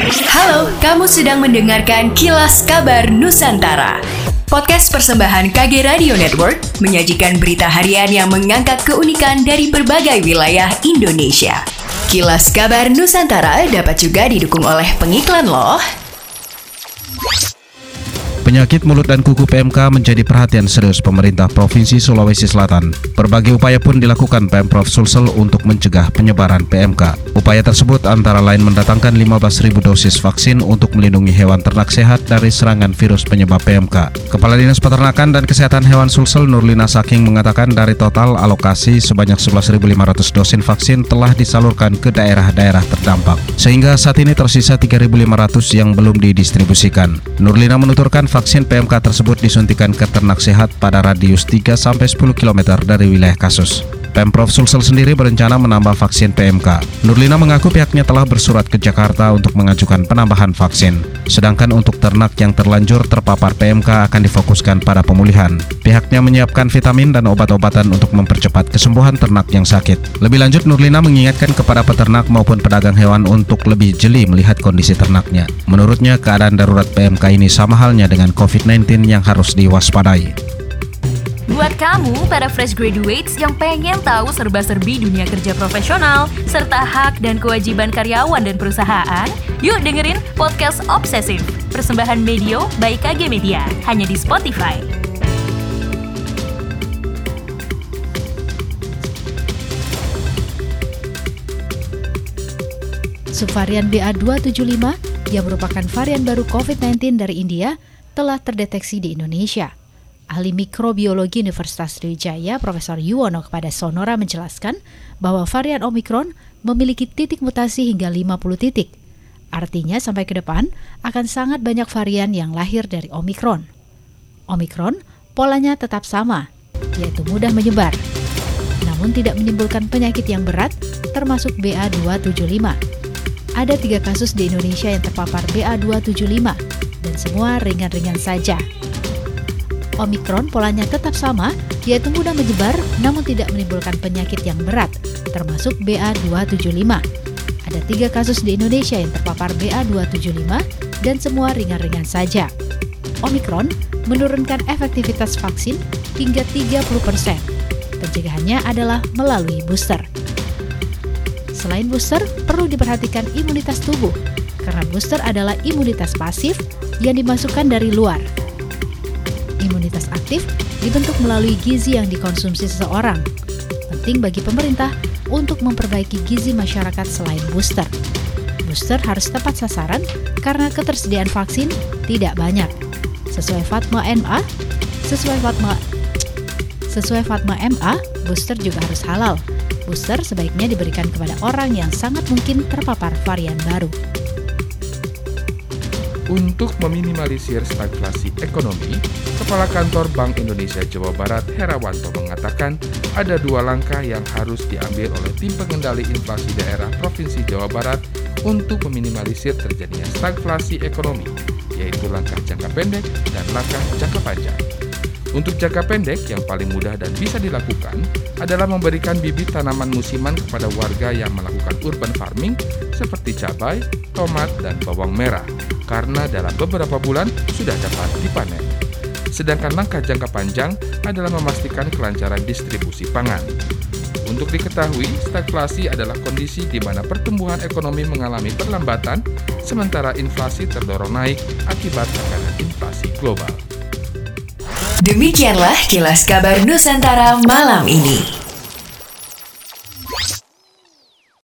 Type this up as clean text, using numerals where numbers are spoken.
Halo, kamu sedang mendengarkan Kilas Kabar Nusantara. Podcast persembahan KG Radio Network menyajikan berita harian yang mengangkat keunikan dari berbagai wilayah Indonesia. Kilas Kabar Nusantara dapat juga didukung oleh pengiklan loh. Penyakit mulut dan kuku PMK menjadi perhatian serius pemerintah Provinsi Sulawesi Selatan. Berbagai upaya pun dilakukan Pemprov Sulsel untuk mencegah penyebaran PMK. Upaya tersebut antara lain mendatangkan 15.000 dosis vaksin untuk melindungi hewan ternak sehat dari serangan virus penyebab PMK. Kepala Dinas Peternakan dan Kesehatan Hewan Sulsel Nurlina Saking mengatakan dari total alokasi sebanyak 11.500 dosis vaksin telah disalurkan ke daerah-daerah terdampak. Sehingga saat ini tersisa 3.500 yang belum didistribusikan. Nurlina menuturkan vaksin PMK tersebut disuntikan ke ternak sehat pada radius 3-10 km dari wilayah kasus. Pemprov Sulsel sendiri berencana menambah vaksin PMK. Nurlina mengaku pihaknya telah bersurat ke Jakarta untuk mengajukan penambahan vaksin. Sedangkan untuk ternak yang terlanjur terpapar PMK akan difokuskan pada pemulihan. Pihaknya menyiapkan vitamin dan obat-obatan untuk mempercepat kesembuhan ternak yang sakit. Lebih lanjut, Nurlina mengingatkan kepada peternak maupun pedagang hewan untuk lebih jeli melihat kondisi ternaknya. Menurutnya, keadaan darurat PMK ini sama halnya dengan COVID-19 yang harus diwaspadai. Buat kamu, para fresh graduates yang pengen tahu serba-serbi dunia kerja profesional, serta hak dan kewajiban karyawan dan perusahaan, yuk dengerin Podcast Obsesif, persembahan Medio by KG Media, hanya di Spotify. Subvarian BA275 yang merupakan varian baru COVID-19 dari India telah terdeteksi di Indonesia. Ahli mikrobiologi Universitas Sriwijaya, Profesor Yuwono kepada Sonora menjelaskan bahwa varian Omikron memiliki titik mutasi hingga 50 titik. Artinya sampai ke depan akan sangat banyak varian yang lahir dari Omikron. Omikron polanya tetap sama, yaitu mudah menyebar, namun tidak menimbulkan penyakit yang berat, termasuk BA275. Ada 3 kasus di Indonesia yang terpapar BA275 dan semua ringan-ringan saja. Omikron polanya tetap sama, yaitu mudah menyebar namun tidak menimbulkan penyakit yang berat, termasuk BA275. Ada 3 kasus di Indonesia yang terpapar BA275 dan semua ringan-ringan saja. Omikron menurunkan efektivitas vaksin hingga 30%. Pencegahannya adalah melalui booster. Selain booster, perlu diperhatikan imunitas tubuh, karena booster adalah imunitas pasif yang dimasukkan dari luar. Imunitas aktif dibentuk melalui gizi yang dikonsumsi seseorang. Penting bagi pemerintah untuk memperbaiki gizi masyarakat selain booster. Booster harus tepat sasaran karena ketersediaan vaksin tidak banyak. Sesuai Fatma MA, booster juga harus halal. Booster sebaiknya diberikan kepada orang yang sangat mungkin terpapar varian baru. Untuk meminimalisir stagflasi ekonomi, Kepala Kantor Bank Indonesia Jawa Barat Herawanto mengatakan ada 2 langkah yang harus diambil oleh tim pengendali inflasi daerah Provinsi Jawa Barat untuk meminimalisir terjadinya stagflasi ekonomi, yaitu langkah jangka pendek dan langkah jangka panjang. Untuk jangka pendek yang paling mudah dan bisa dilakukan adalah memberikan bibit tanaman musiman kepada warga yang melakukan urban farming seperti cabai, tomat, dan bawang merah, karena dalam beberapa bulan sudah dapat dipanen. Sedangkan langkah jangka panjang adalah memastikan kelancaran distribusi pangan. Untuk diketahui, stagflasi adalah kondisi di mana pertumbuhan ekonomi mengalami perlambatan, sementara inflasi terdorong naik akibat tekanan inflasi global. Demikianlah Kilas Kabar Nusantara malam ini.